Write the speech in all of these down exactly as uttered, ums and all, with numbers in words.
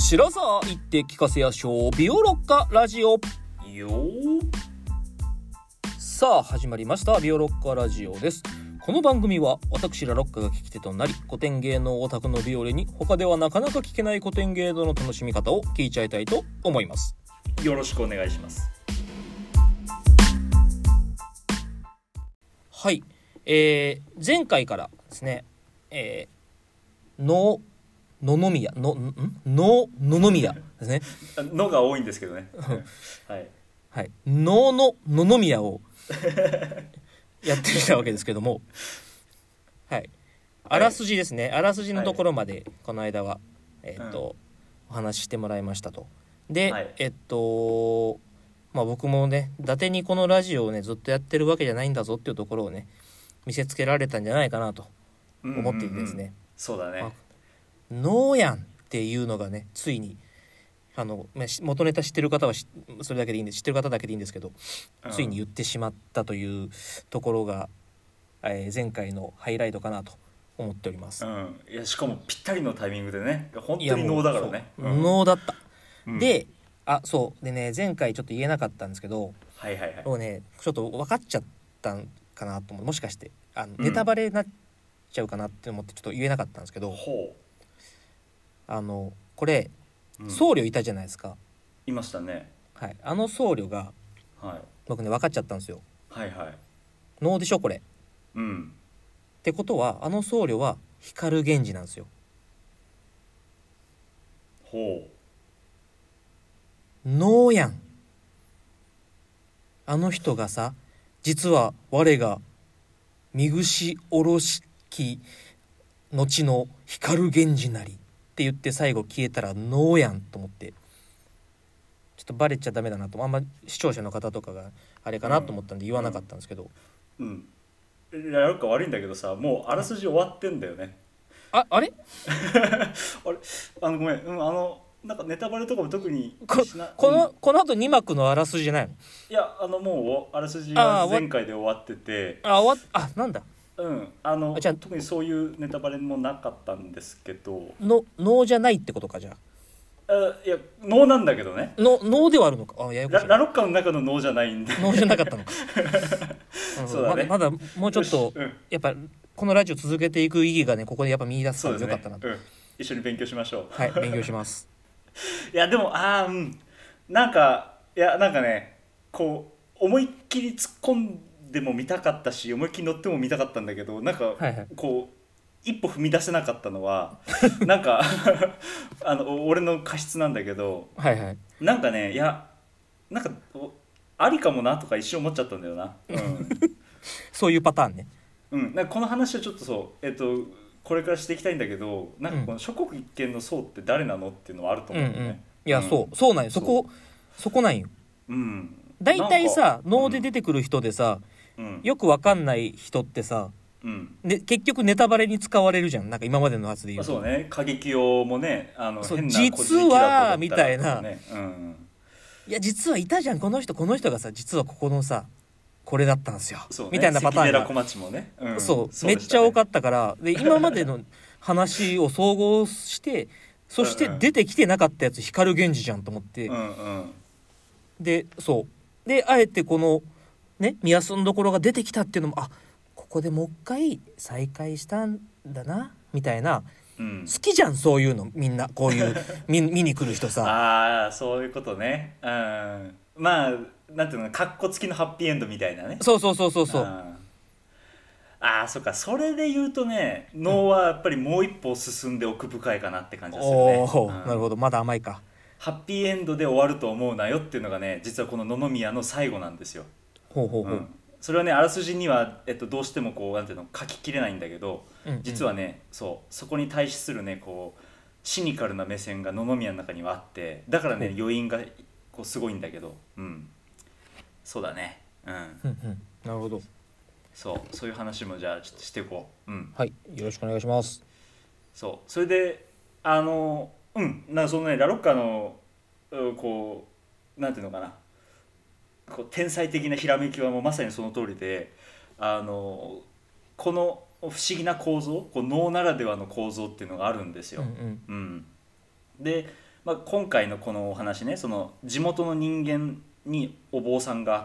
白沢言って聞かせやしょうビオロッカラジオよー。さあ始まりましたビオロッカラジオです。この番組は私らロッカが聞き手となり、古典芸能オタクのビオレに他ではなかなか聞けない古典芸能の楽しみ方を聞いちゃいたいと思います。 よろしくお願いします。 はい、えー、前回からですね、えー、の野々宮のんの野々宮ですねのが多いんですけどねはいはい、のの野々宮をやってきたわけですけども、はい、あらすじですね、あらすじのところまでこの間は、えーっと、うん、お話ししてもらいましたと。で、はい、えっとまあ僕もね、伊達にこのラジオをねずっとやってるわけじゃないんだぞっていうところをね見せつけられたんじゃないかなと思っていてですね、うんうんうん、 そうだね、 ノーヤンっていうのがねついにあの元ネタ知ってる方はそれだけでいいんで、知ってる方だけでいいんですけど、うん、ついに言ってしまったというところが、えー、前回のハイライトかなと思っております、 うん、いやしかもぴったりのタイミングでね、本当にノーだからね、 うん、ノーだった、うん、で、あ、そうでね、前回ちょっと言えなかったんですけど、 はいはいはい、 もうねちょっと分かっちゃったんかなと思う、もしかしてあの、うん、ネタバレになっちゃうかなって思ってちょっと言えなかったんですけど、 ほう、 あのこれ、うん、僧侶いたじゃないですか。 いましたね、 はい、あの僧侶が、はい、僕ね分かっちゃったんですよ。 はいはい、 能でしょこれ、 うん、 ってことはあの僧侶は光源氏なんですよ。 ほう、能やん。あの人がさ、実は我が見串おろしき後の光源氏なりって言って最後消えたら能やんと思って、ちょっとバレちゃダメだなと、あんま視聴者の方とかがあれかなと思ったんで言わなかったんですけど、 うん、うん、なんか悪いんだけどさ、もうあらすじ終わってんだよね。 あ、あれあれ、あのごめん、うん、あのなんかネタバレとかも特にしな、 こ, この、うん、この後に幕のあらすじじゃないの？ いや、あのもうあらすじは前回で終わってて、 あ、終わっ、あ、なんだ、 うん、あのあじゃあ特にそういうネタバレもなかったんですけど、 の能じゃないってことか。じゃああ、いや能なんだけどね、 の能ではあるのか。あ、ややこしい、 ラ, ラロッカの中の能じゃないんで能じゃなかったのかそうだね、 まだ、まだもうちょっと、うん、やっぱこのラジオ続けていく意義がねここでやっぱ見出せたらよかったなと、 ね、うん、一緒に勉強しましょう。 はい、勉強しますいやでもあー、うん、なんかいやなんかね、こう思いっきり突っ込んでも見たかったし、思いっきり乗っても見たかったんだけど、なんか、はいはい、こう一歩踏み出せなかったのはなんかあの俺の過失なんだけど、 はいはい、 なんかね、いやなんかありかもなとか一瞬思っちゃったんだよな、うん、 そういうパターンね、 うん、なんかこの話はちょっとそうえっとこれからしていきたいんだけど、なんかこの諸国一見の僧って誰なのっていうのはあると思うんだよね、うんうん、 いや、うん、そうそうなんよ、そこそこなんよ、うん、だいたいさ能で出てくる人でさ、うん、よくわかんない人ってさ、うん、で結局ネタバレに使われるじゃん、なんか今までのやつで言うと、 そうね、過激用もね、あの変な実はみたいな、 ね、うん、 いや実はいたじゃんこの人、この人がさ実はここのさこれだったんですよ、 ね、 みたいなパターンが小町もね、うん、 そう、そう、ね、めっちゃ多かったから、で今までの話を総合してそして出てきてなかったやつ光源氏じゃんと思って、うんうん、でそうであえてこのね宮洲のところが出てきたっていうのも、あ、ここでもう一回再会したんだなみたいな、うん、好きじゃんそういうの、みんなこういう見, 見に来る人さああそういうことね、うん、まあなんていうの、カッコ付きのハッピーエンドみたいなね、 そうそうそうそうそう、 ああそっか、それで言うとね、能はやっぱりもう一歩進んで奥深いかなって感じがするね、 お、うん、なるほど、まだ甘いか。 ハッピーエンドで終わると思うなよっていうのがね、実はこの野々宮の最後なんですよ。 ほうほうほう、うん、 それはねあらすじには、えっと、どうしてもこうなんていうの書ききれないんだけど、うんうん、実はね、そうそこに対するねこうシニカルな目線が野々宮の中にはあって、だからね余韻がこうすごいんだけど、うん、そうだね、うん、うんうん、なるほど、 そうそういう話もじゃあちょっとしていこう、うん、 はい、よろしくお願いします。 そうそれであのうんなんかそのねラロッカのこうなんていうのかな、こう天才的なひらめきはもうまさにその通りで、あのこの不思議な構造、こう能ならではの構造っていうのがあるんですよ、うんうんうん、でまあ、今回のこのお話ね、その地元の人間にお坊さんがあって、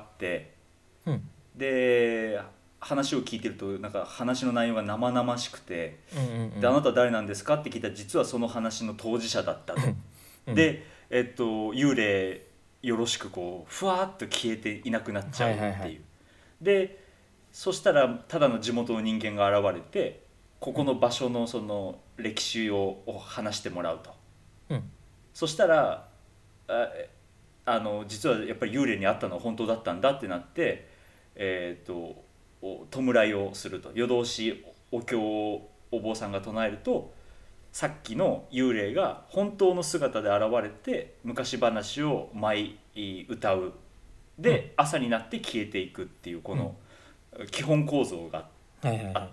うん、 で話を聞いてるとなんか話の内容が生々しくて、 うんうんうん、 であなた誰なんですかって聞いたら実はその話の当事者だったと。 うん、 で、えっと、幽霊よろしくこうふわっと消えていなくなっちゃうっていう、 はいはいはい、 でそしたらただの地元の人間が現れてここの場所のその歴史を話してもらうと、 うん、 そしたらああの実はやっぱり幽霊に会ったのは本当だったんだってなって、えー、とお弔いをすると、夜通しお経をお坊さんが唱えるとさっきの幽霊が本当の姿で現れて昔話を舞い歌う、で、うん、朝になって消えていくっていうこの基本構造があって、はいはいはい、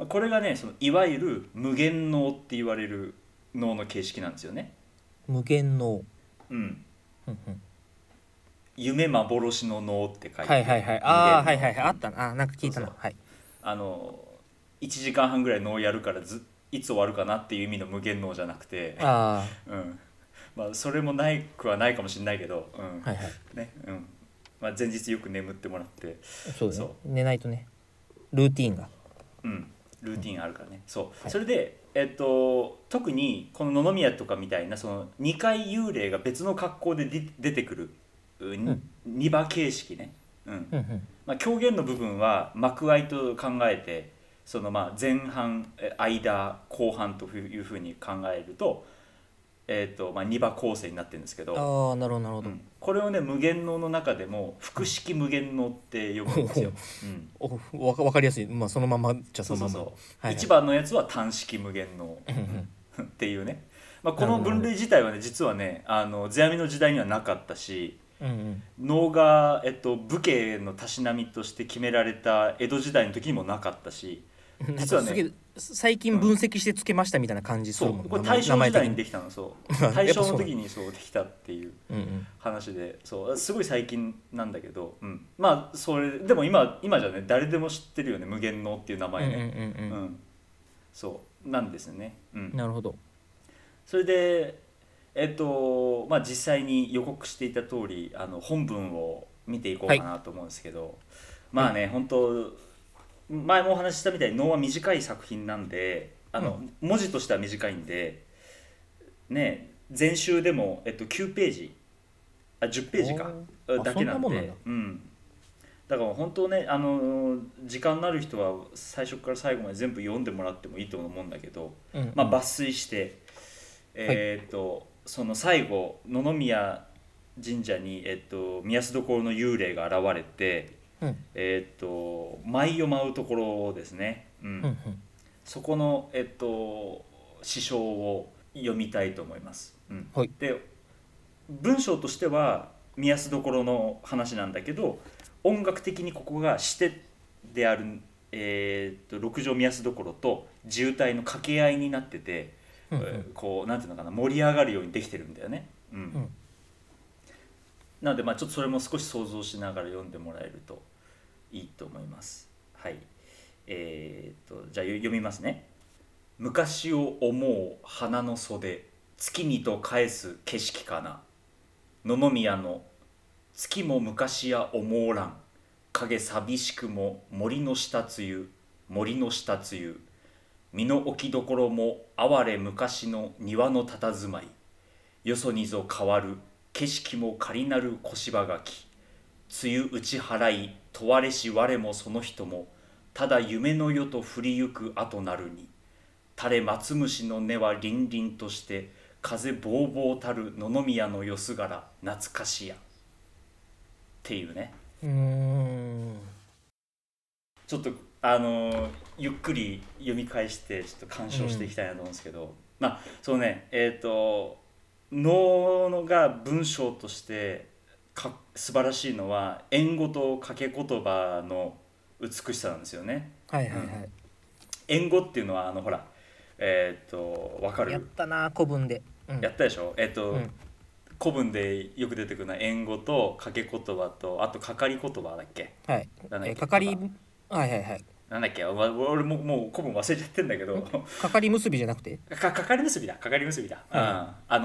これがねそのいわゆる無限能って言われる能の形式なんですよね。 無限能、 うん、うんうん、夢幻の能って書いて、 はいはいはい、ああはいはいはい、あったな、あなんか聞いたな。そうそう、はい、 あのいちじかんはんぐらい能やるからずいつ終わるかなっていう意味の無限能じゃなくて、あ、うんまあ、それもないくはないかもしれないけど、うんはいはいねうんまあ、前日よく眠ってもらって、 そうだね、寝ないとね、ルーティーンが、 うん、ルーティーンあるからね、そう、はい、それで、えっと、特にこの野々宮とかみたいなそのにかい幽霊が別の格好で出てくる、うん、にば形式ね、うんうんうんまあ、狂言の部分は幕間と考えてそのまあ前半間後半というふうに考えると、えーとまあ、にば構成になってるんですけど、 ああなるほどなるほど、 うん、これをね無限能の中でも複式無限能って呼ぶんですよ、 うん、分かりやすい、まあ、そのままじゃそのまま、そうそうそう、 はいはい、いちばんのやつは単式無限能っていうね、まあ、この分類自体はね実はねあの世阿弥の時代にはなかったし、うんうん、能が、えっと、武家のたしなみとして決められた江戸時代の時にもなかったし、 実はね最近分析してつけましたみたいな感じするもん、 うん、そうこれ大正時代にできたの、そう大正の時にそうできたっていう話で、うんうん、そうすごい最近なんだけど、うん、まあそれでも 今, 今じゃね誰でも知ってるよね無限能っていう名前ね、うんうんうんうん、そうなんですね、うん、 なるほど。 それでえっとまあ実際に予告していた通りあの本文を見ていこうかなと思うんですけど、はい、まあね、はい、本当前もお話ししたみたいに能は短い作品なんであの、うん、文字としては短いんでね前週でも、えっと、きゅうページあじゅっページかだけなんで、なんだ、うん、だから本当ねあの時間のある人は最初から最後まで全部読んでもらってもいいと思うんだけど、うんうん、まあ、抜粋してえー、っと、はい、その最後野々宮神社に、えっと、宮洲所の幽霊が現れて、うん、えー、っと舞を舞うところですね、うんうんうん、そこの、えっと、詩章を読みたいと思います、うんはい、で文章としては宮洲所の話なんだけど音楽的にここが詩手である、えー、っと六条宮洲所と地歌の掛け合いになっててうんうん、こうなんていうのかな盛り上がるようにできてるんだよね、うんうん、なのでまあちょっとそれも少し想像しながら読んでもらえるといいと思います。はい、えー、っとじゃあ読みますね。昔を思う花の袖月にと返す景色かな野々宮の月も昔や思うらん影寂しくも森の下つゆ森の下つゆ身の置きどころも哀れ昔の庭の佇まいよそにぞ変わる景色も仮なる小柴垣梅雨打ち払い問われし我もその人もただ夢の世と振りゆく後なるに垂れ松虫の根は凛々として風ぼうぼうたる野々宮のよすがら懐かしやっていうね、うーんちょっとあのゆっくり読み返してちょっと鑑賞していきたいなと思うんですけど、うん、まあそうねえっ、ー、と能が文章としてか素晴らしいのは縁語と掛け言葉の美しさなんですよね。はいはいはい、うん、縁語っていうのはあのほらえっ、ー、と分かるやったな古文で、 うん、やったでしょえっ、ー、と、うん古文でよく出てくるのは縁語と掛け言葉とあとかかり言葉だっけはいえかかりはいはいはいなんだっけ俺ももう古文忘れちゃってんだけどかかり結びじゃなくてかかかり結びだかかり結びだ、うん、あの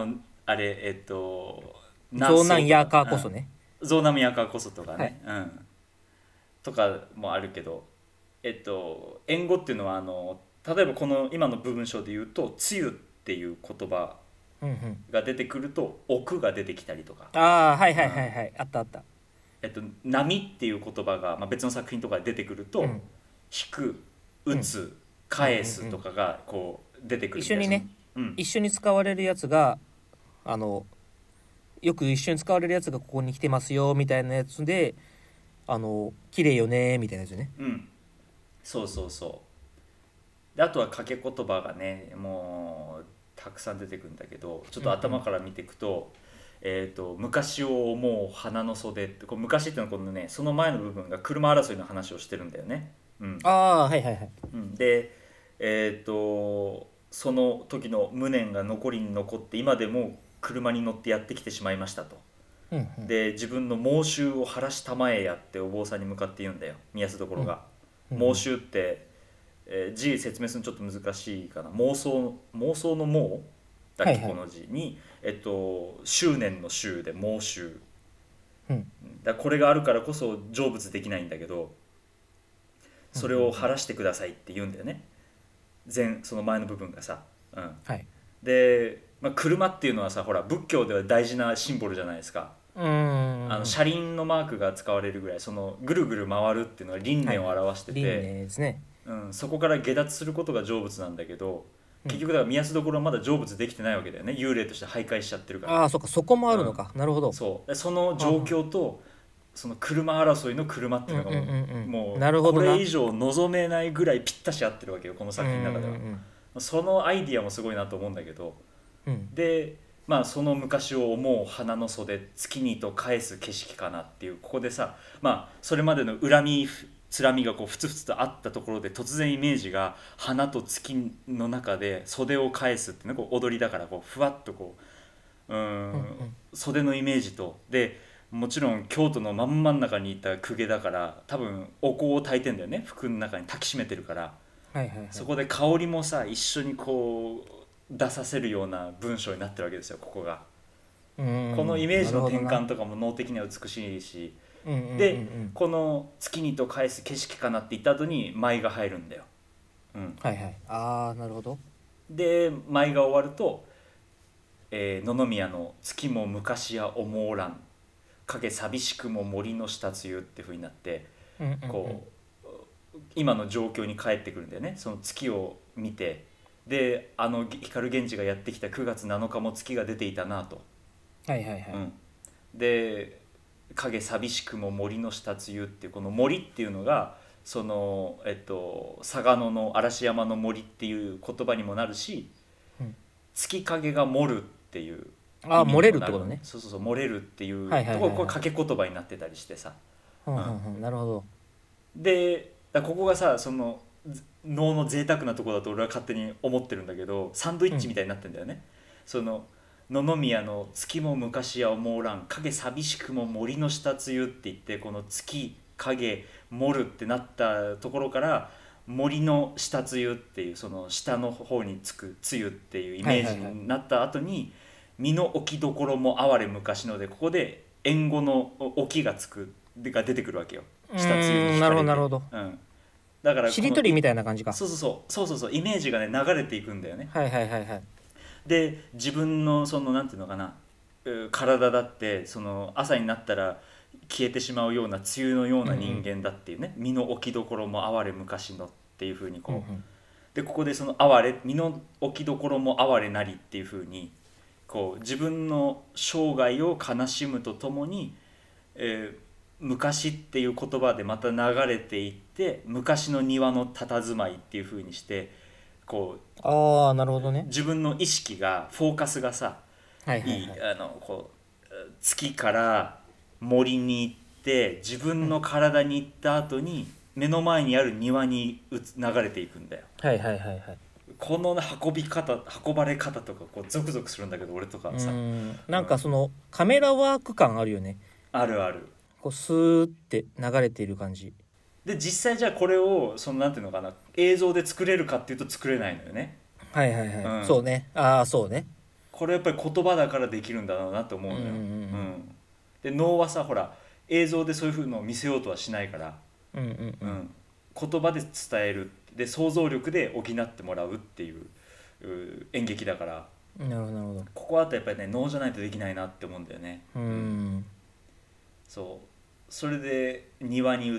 あれえっとゾーナンヤーカーこそね、 うん、ゾーナムヤーカーこそとかね、はい、うん、とかもあるけど、えっと縁語っていうのはあの例えばこの今の部分章で言うと梅雨っていう言葉が出てくると奥が出てきたりとか、 ああはいはいはいはい、うん、あったあった、 えっと、波っていう言葉が、まあ、別の作品とかで出てくると、うん、引く打つ、うん、返すとかがこう出てくる、 一緒にね、うん、一緒に使われるやつがあのよく一緒に使われるやつがここに来てますよみたいなやつで、あの綺麗よねみたいなやつね、 うん、そうそうそうで、あとは掛け言葉がねもうたくさん出てくるんだけど、ちょっと頭から見ていくと、うんうん、えーと、昔を思う花の袖って、こう昔っていうのはこのね、その前の部分が車争いの話をしてるんだよね、うん、 ああはいはいはい、 うん、でえっ、ー、とその時の無念が残りに残って今でも車に乗ってやってきてしまいましたと、うんうん、で自分の妄執を晴らしたまえやってお坊さんに向かって言うんだよ、宮安所が、うんうんうん、妄執って、えー、字説明するのちょっと難しいかな、妄想妄想の妄だっけ、はいはい、この字に、えっと、執念の執で妄執、うん、だこれがあるからこそ成仏できないんだけど、それを晴らしてくださいって言うんだよね、前その前の部分がさ、うんはい、で、まあ、車っていうのはさ、ほら仏教では大事なシンボルじゃないですか、うんあの車輪のマークが使われるぐらい、そのぐるぐる回るっていうのは輪廻を表してて、はい、輪廻ですね、うん、そこから下脱することが成仏なんだけど、結局だから宮安所はまだ成仏できてないわけだよね、幽霊として徘徊しちゃってるから。 ああそっか、そこもあるのか、うん、なるほど。 そうその状況とその車争いの車っていうのがもう、うんうんうん、もうこれ以上望めないぐらいぴったし合ってるわけよ、この作品の中では、うんうんうん、そのアイディアもすごいなと思うんだけど、うん、でまあその昔を思う花の袖月にと返す景色かなっていう、ここでさ、まあそれまでの恨みつらみがこうふつふつとあったところで突然イメージが花と月の中で袖を返すっていうのこう踊りだからこうふわっとこう、うーん、うんうん、袖のイメージとで、もちろん京都の真ん真ん中にいた公家だから多分お香を焚いてんだよね、服の中に焚きしめてるから、はいはいはい、そこで香りもさ一緒にこう出させるような文章になってるわけですよ、ここが。うんこのイメージの転換とかも能的には美しいし、うんうんうんうん、でこの月にと返す景色かなって言った後に舞が入るんだよ、うん、 はいはい、ああなるほど。 で舞が終わると、えー、野々宮の月も昔や思うらん影寂しくも森の下梅雨っていう風になって、うんうんうん、こう今の状況に帰ってくるんだよね、その月を見て、であの光源氏がやってきたくがつなのかも月が出ていたなと、 はいはいはい、うん、 で影寂しくも森の下梅雨っていうこの森っていうのがその、えっと、嵯峨野の嵐山の森っていう言葉にもなるし、うん、月影が漏るっていうあ漏れるってことね、 そうそうそう漏れるっていうところ、これ掛け言葉になってたりしてさ、 うんうんうん、なるほど。 でだここがさその能の贅沢なところだと俺は勝手に思ってるんだけど、サンドイッチみたいになってんだよね、うん、その野々宮の月も昔や思うらん影寂しくも森の下梅雨って言って、この月影漏るってなったところから森の下梅雨っていうその下の方につく梅雨っていうイメージになった後に、はいはいはい、身の置きどころも哀れ昔ので、ここで縁語の置きがつくが出てくるわけよ、下梅雨に惹かれて。 なるほどなるほど、 うん、だからしりとりみたいな感じか。 そうそうそうそうそうそうイメージがね流れていくんだよね。 はいはいはいはい。 で自分のそのなんていうのかな体だってその朝になったら消えてしまうような梅雨のような人間だっていうね、うんうん、身の置きどころも哀れ昔のっていう風にこう、うんうん、でここでその哀れ身の置きどころも哀れなりっていう風にこう自分の生涯を悲しむとともに、えー、昔っていう言葉でまた流れていって昔の庭の佇まいっていう風にしてこうあーなるほどね、 自分の意識がフォーカスがさ、はいはいはい、いいあのこう月から森に行って自分の体に行った後に目の前にある庭に流れていくんだよ。 はいはいはいはい。 この運び方運ばれ方とかこうゾクゾクするんだけど俺とかさ、 うんなんかそのカメラワーク感あるよね。 あるある。 こうスーって流れている感じで実際じゃあこれをそのなんていうのかな映像で作れるかっていうと作れないのよね。 はいはいはい、うん、そうねああそうねこれやっぱり言葉だからできるんだろうなと思うのよ、うん、うん、で能はさほら映像でそういう風のを見せようとはしないから、 うんうんうん、 うん、言葉で伝えるで想像力で補ってもらうっていう演劇だから、 なるほどなるほど、 ここはやっぱりね能じゃないとできないなって思うんだよね。 うん、うん、 そうそれで庭に移って、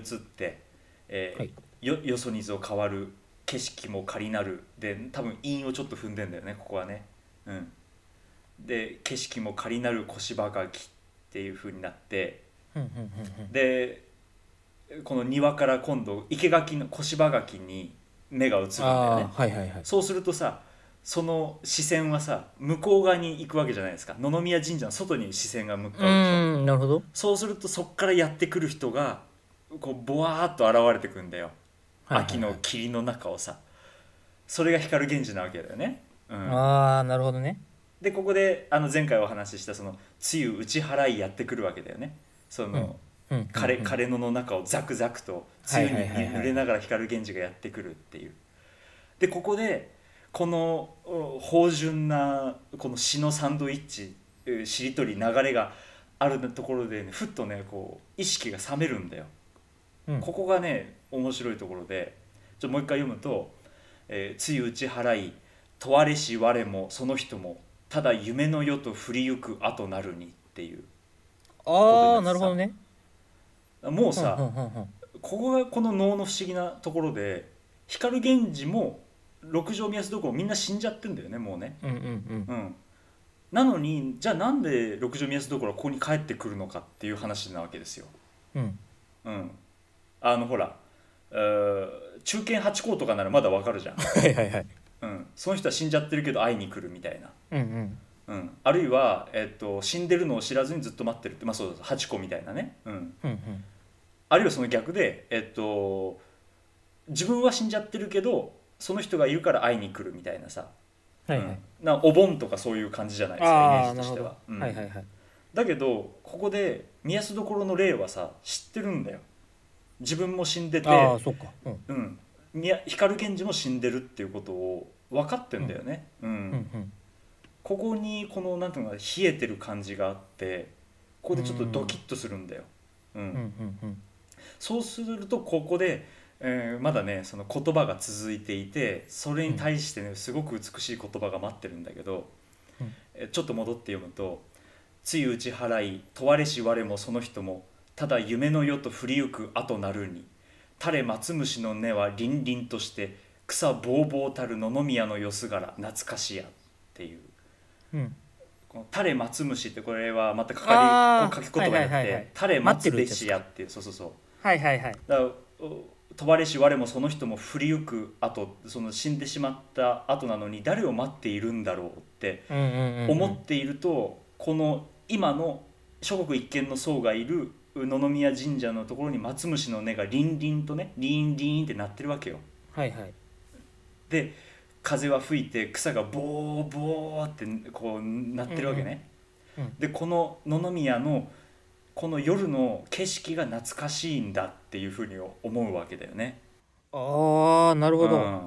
えーはい、よ, よそにぞ変わる景色も仮なるで多分韻をちょっと踏んでんだよねここはね、うん、で景色も仮なる腰ばかきっていう風になって、 うんうんうんうん、 でこの庭から今度生垣の腰ばかきに目が移るんだよね、 はいはいはい、 そうするとさその視線はさ向こう側に行くわけじゃないですか。野々宮神社の外に視線が向かうでしょ。 うん、なるほど。 そうするとそこからやってくる人がこうボワーっと現れてくんだよ、はいはいはい、秋の霧の中をさ。それが光源氏なわけだよね、うん、 ああなるほどね。 でここであの前回お話ししたその梅雨打ち払いやってくるわけだよね。その、うん、枯れ枯れ野の中をザクザクと梅雨に濡れながら光源氏がやってくるっていう。でここでこの芳醇なこの詩のサンドイッチしりとり流れがあるところで、ね、ふっとねこう意識が覚めるんだよ、うん、ここがね面白いところで、ちょもう一回読むと「えー、梅雨打ち払い問われし我もその人もただ夢の世と振りゆく後なるに」っていう。 ああなるほどね。 もうさ、うんうんうんうん、ここがこの能の不思議なところで、光源氏も六条宮津どころみんな死んじゃってんだよねもうね、 うんうんうんうん、なのにじゃあなんで六条宮津どころはここに帰ってくるのかっていう話なわけですよ、 うんうん、あのほら中堅八公とかならまだわかるじゃんはいはいはい、 うん、その人は死んじゃってるけど会いに来るみたいな、 うんうんうん、あるいは、えっと、死んでるのを知らずにずっと待ってるって、まあ、そう八公みたいなね、うんうんうん、 あるいはその逆で、えっと、自分は死んじゃってるけどその人がいるから会いに来るみたいなさ、 はいはい、うん、 なお盆とかそういう感じじゃないですか、イメージとしては、うん、 はいはいはい、 だけどここで宮洲所の霊はさ知ってるんだよ。自分も死んでて、 あそっか、 うんうん、宮光源氏も死んでるっていうことを分かってんだよね、うんうんうん、ここにこのなんていうのか冷えてる感じがあって、ここでちょっとドキッとするんだよ、うんうんうんうん、そうするとここでえー、まだねその言葉が続いていて、それに対してねすごく美しい言葉が待ってるんだけど、うん、えちょっと戻って読むと「梅雨打ち払い問われし我もその人もただ夢の世と振りゆく後なるに垂れ松虫の根は凛々として草ぼうぼうたる野々宮のよすがら懐かしや」っていう、うん、この垂れ松虫ってこれはまた書かり書き言葉になって「垂れ松弟子や」っていう、そうそうそう、 はいはいはい、 だから問われし我もその人も振りゆく後、その死んでしまった後なのに誰を待っているんだろうって思っていると、この今の諸国一見の僧がいる野々宮神社のところに松虫の根が凛々とねリンリンってなってるわけよ。 はいはい、 で風は吹いて草がボーボーってこうなってるわけね、うんうんうん、でこの野々宮のこの夜の景色が懐かしいんだっていうふうに思うわけだよね。 ああなるほど、うん、は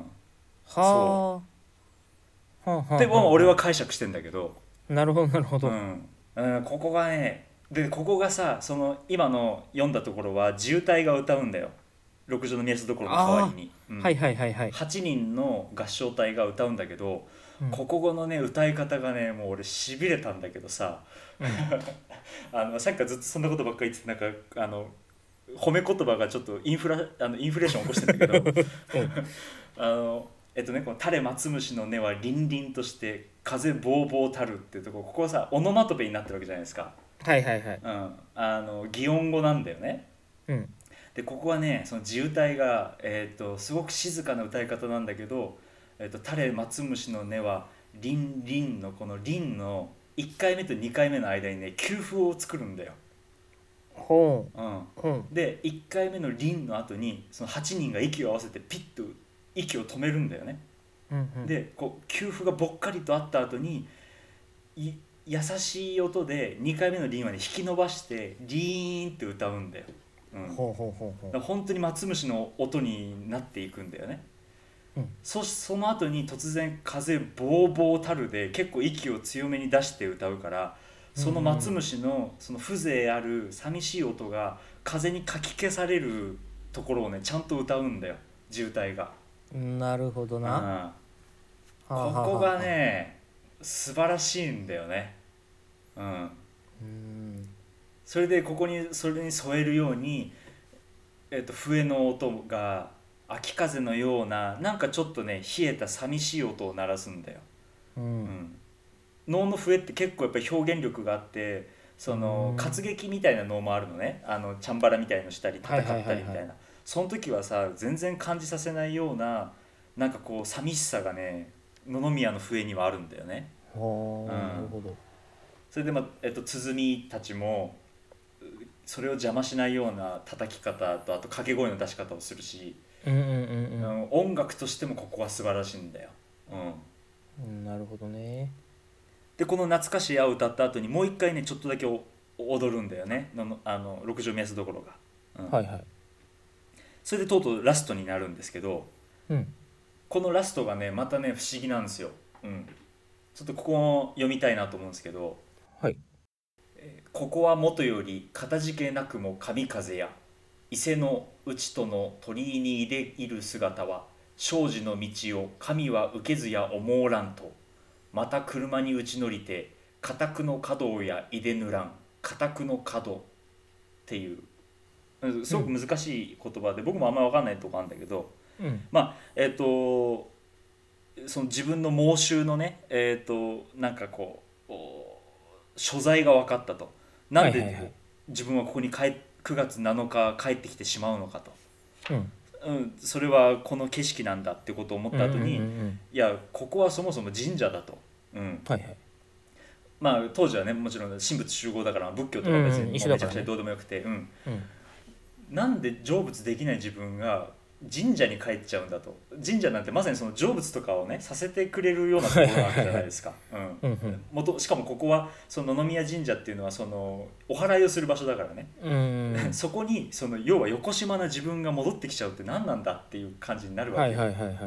あ。でも俺は解釈してんだけど、 なるほどなるほど、 うんうん、ここがねでここがさその今の読んだところは自衛隊が歌うんだよ、六条の宮津どころの代わりに、うん、 はいはいはいはい、 はちにんの合唱隊が歌うんだけど、うん、ここのね歌い方がねもう俺しびれたんだけどさ、うん、あのさっきからずっとそんなことばっかり言ってなんかあの褒め言葉がちょっとインフラあのインフレーション起こしてんだけどあのえっとねこの垂れ松虫の根は凛々として風ぼうぼうたるっていうところ、ここはさオノマトペになってるわけじゃないですか。 はいはいはい、 うん、あの擬音語なんだよね、うん、でここはねその自衛隊が、えー、とすごく静かな歌い方なんだけど、えー、と垂れ松虫の根は凛々のこの凛のいっかいめとにかいめの間にね休符を作るんだよ。 ほう、 うん、でいっかいめの凛の後にそのはちにんが息を合わせてピッと息を止めるんだよね、うんうん、でこう休符がぼっかりとあった後にい優しい音でにかいめの凛はね引き伸ばしてリーンって歌うんだよ、うん、 ほうほうほうほう、 だから本当に松虫の音になっていくんだよね。 うん、 そその後に突然風ボーボーたるで結構息を強めに出して歌うから、その松虫のその風情ある寂しい音が風にかき消されるところをねちゃんと歌うんだよ、渋滞が。 うん、なるほどな。はあ、ここがね素晴らしいんだよね。うん、うんそれでここにそれに添えるように、えっと、笛の音が秋風のようななんかちょっとね冷えた寂しい音を鳴らすんだよ。 うん、 うん、能の笛って結構やっぱり表現力があって、その活劇みたいな能もあるのね、あのチャンバラみたいのしたり戦ったりみたいな、その時はさ全然感じさせないようななんかこう寂しさがね野々宮の笛にはあるんだよね。 はあ、うん、なるほど。 それで、まあえっと、鼓たちもそれを邪魔しないような叩き方とあと掛け声の出し方をするし、 うんうんうんうん、 音楽としてもここは素晴らしいんだよ。 うん、なるほどね。 でこの懐かしい歌を歌った後にもう一回ねちょっとだけ踊るんだよね、のあの六条目安どころが、うん、 はいはい。 それでとうとうラストになるんですけど、 うん、 このラストがねまたね不思議なんですよ。うん、ちょっとここを読みたいなと思うんですけど、 はい。 ここはもとよりかたじけなくも神風や伊勢の内との鳥居にいでいる姿は生死の道を神は受けずや思うらんと、また車に打ち乗りて家宅の角やいでぬらん家宅の角っていうすごく難しい言葉で、うん、僕もあんまり分かんないとこあるんだけど、 うん、 まあえっ、ー、とその自分の妄執のねえっ、ー、となんかこう所在が分かったと。なんで自分はここに帰くがつなのか帰ってきてしまうのかと、 うんうん、それはこの景色なんだってことを思った後に、うんうんうんうん、いやここはそもそも神社だと、うんはいはい、 まあ当時はねもちろん神仏集合だから仏教とか別にめちゃくちゃどうでもよくて、うん、うん、なんで成仏できない自分が神社に帰っちゃうんだと。神社なんてまさにその成仏とかをねさせてくれるようなところなわけじゃないですか。しかもここはその野々宮神社っていうのはそのお祓いをする場所だからね、うんそこにその要は横島な自分が戻ってきちゃうって何なんだっていう感じになるわけ、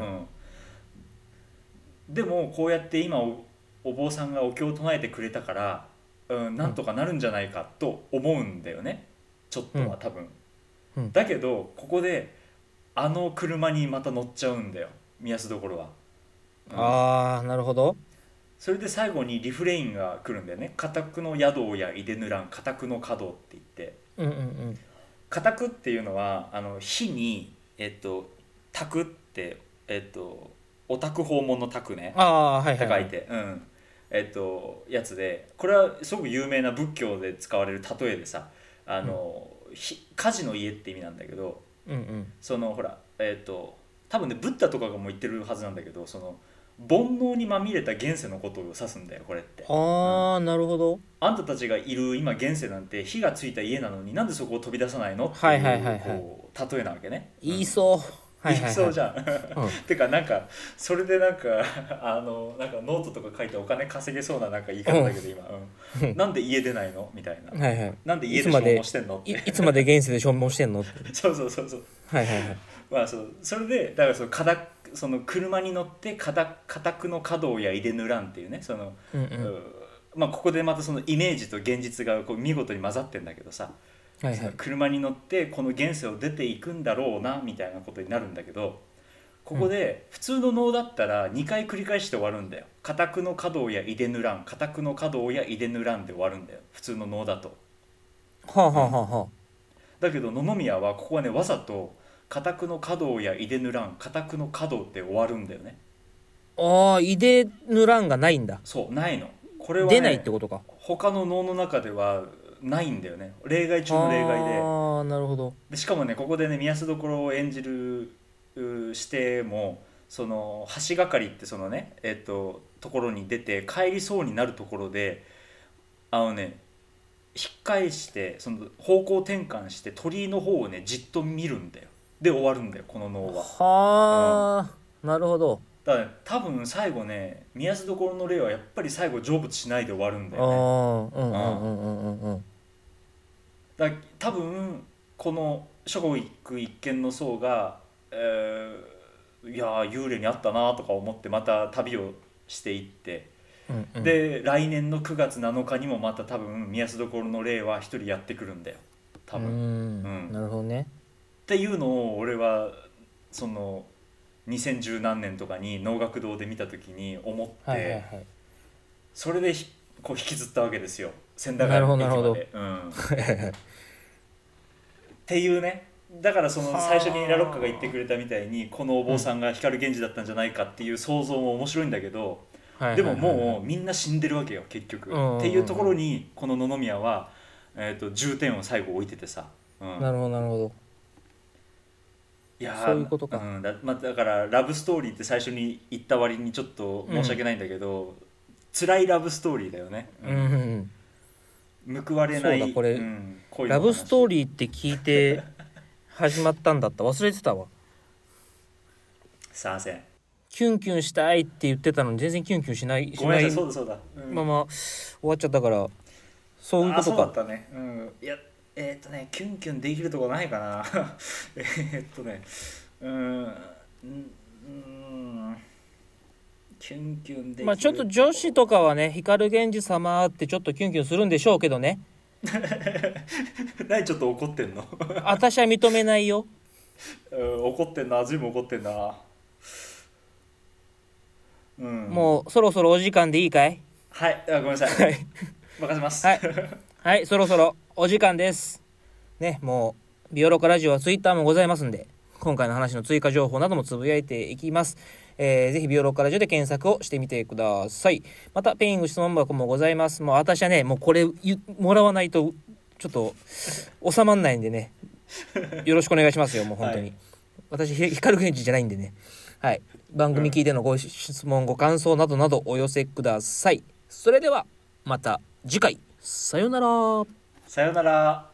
でもこうやって今 お, お坊さんがお経を唱えてくれたから、うん、なんとかなるんじゃないかと思うんだよね、ちょっとは多分、うん、だけどここであの車にまた乗っちゃうんだよ宮安どころは、 うん、ああなるほど。 それで最後にリフレインが来るんだよね。家宅の宿やいでぬらん家宅の角って言って、 うんうんうん、 家宅っていうのはあの火にえっと宅ってえっとお宅訪問の宅ね、 あ、はいはいはい、 って書いて、うんえっとやつで、これはすごく有名な仏教で使われる例えでさ、あの、うん、火事の家って意味なんだけど、 うんうん、 そのほらえっ、ー、と多分ねブッダとかがもう言ってるはずなんだけど、その煩悩にまみれた現世のことを指すんだよこれって。 ああ、うん、なるほど。 あんたたちがいる今現世なんて火がついた家なのになんでそこを飛び出さないのっていう、 はいはいはいはい、 こう例えなわけね。 言いそう、うん言いそうじゃん、はいはいはい、てかなんかそれでなんかあのなんかノートとか書いてお金稼げそうななんか言い方だけど今、うん、なんで家出ないのみたいな、 はいはい、 なんで家で消耗してんのってい, いつまで現世で消耗してんのってそうそうそうそうはいはいはいまあそうそれでだからそのかだその車に乗って家宅の角やいでぬらんっていうねその、うんうんまあ、ここでまたそのイメージと現実がこう見事に混ざってんだけどさ、はいはい、その車に乗ってこの現世を出ていくんだろうなみたいなことになるんだけど、ここで普通の能だったらにかい繰り返して終わるんだよ。家宅の角やいでぬらん家宅の角やいでぬらんで終わるんだよ普通の能だと。 はあはあはあ、うん、 だけど野々宮はここはねわざと家宅の角やいでぬらん家宅の角って終わるんだよね。 ああ、いでぬらんがないんだ。 そうないのこれは、ね、 出ないってことか。 他の能の中ではないんだよね、例外中の例外で。 ああなるほど。 でしかもねここでね宮安所を演じるしてもその橋がかりってそのねえっとところに出て帰りそうになるところであのね引っ返してその方向転換して鳥居の方をねじっと見るんだよ。で終わるんだよこの能は。 はあ、うん、なるほど。 だから、ね、多分最後ね宮安所の霊はやっぱり最後成仏しないで終わるんだよね。ああうんうんうんうんうん。だから多分この諸国一見の僧が、えー、 いや幽霊に会ったなとか思ってまた旅をしていって、 うんうん、 で来年のくがつなのかにもまた多分宮洲所の霊は一人やってくるんだよ多分。 うん、 うん、 なるほどね。 っていうのを俺はそのにせんじゅう何年とかに能楽堂で見た時に思って、 はいはいはい、 それでこう引きずったわけですよ千駄ヶ谷駅まで。うん、っていうね。だからその最初にラロッカが言ってくれたみたいにこのお坊さんが光源氏だったんじゃないかっていう想像も面白いんだけど、でももうみんな死んでるわけよ結局、っていうところにこの野々宮は、えー、と重点を最後置いててさ、うん、 なるほどなるほど。 いやそういうことか、 うん、だ, まあ、だからラブストーリーって最初に言った割にちょっと申し訳ないんだけど、うん、辛いラブストーリーだよね、うんうんうん、報われない。 そうだこれ、 うん、 ラブストーリーって聞いて始まったんだった忘れてたわ。 すいません。 キュンキュンしたいって言ってたのに全然キュンキュンしないごめんなさい。そうだそうだ、うん、 まま終わっちゃったから。そういうことか。 あ、そうだったね、うん、いやえー、っとねキュンキュンできるとこないかなえっとねうーんうんキュンキュンできる、 まあちょっと女子とかはね光源氏様ってちょっとキュンキュンするんでしょうけどね何ちょっと怒ってんの私は認めないよ、 うん、怒ってんな、随分怒ってんな、 うん、もうそろそろお時間でいいかい。 はい、あ、ごめんなさい、はい、任せます。 はい、はい、そろそろお時間ですね。もうビオロカラジオはツイッターもございますんで、今回の話の追加情報などもつぶやいていきます。えー、ぜひビオロカラジオで検索をしてみてください。またペイング質問箱もございます。もう私はねもうこれもらわないとちょっと収まんないんでねよろしくお願いしますよ。もう本当に、はい、私光源氏じゃないんでね。はい、番組聞いてのご質問ご感想などなどお寄せください。それではまた次回、さよなら。 さよなら。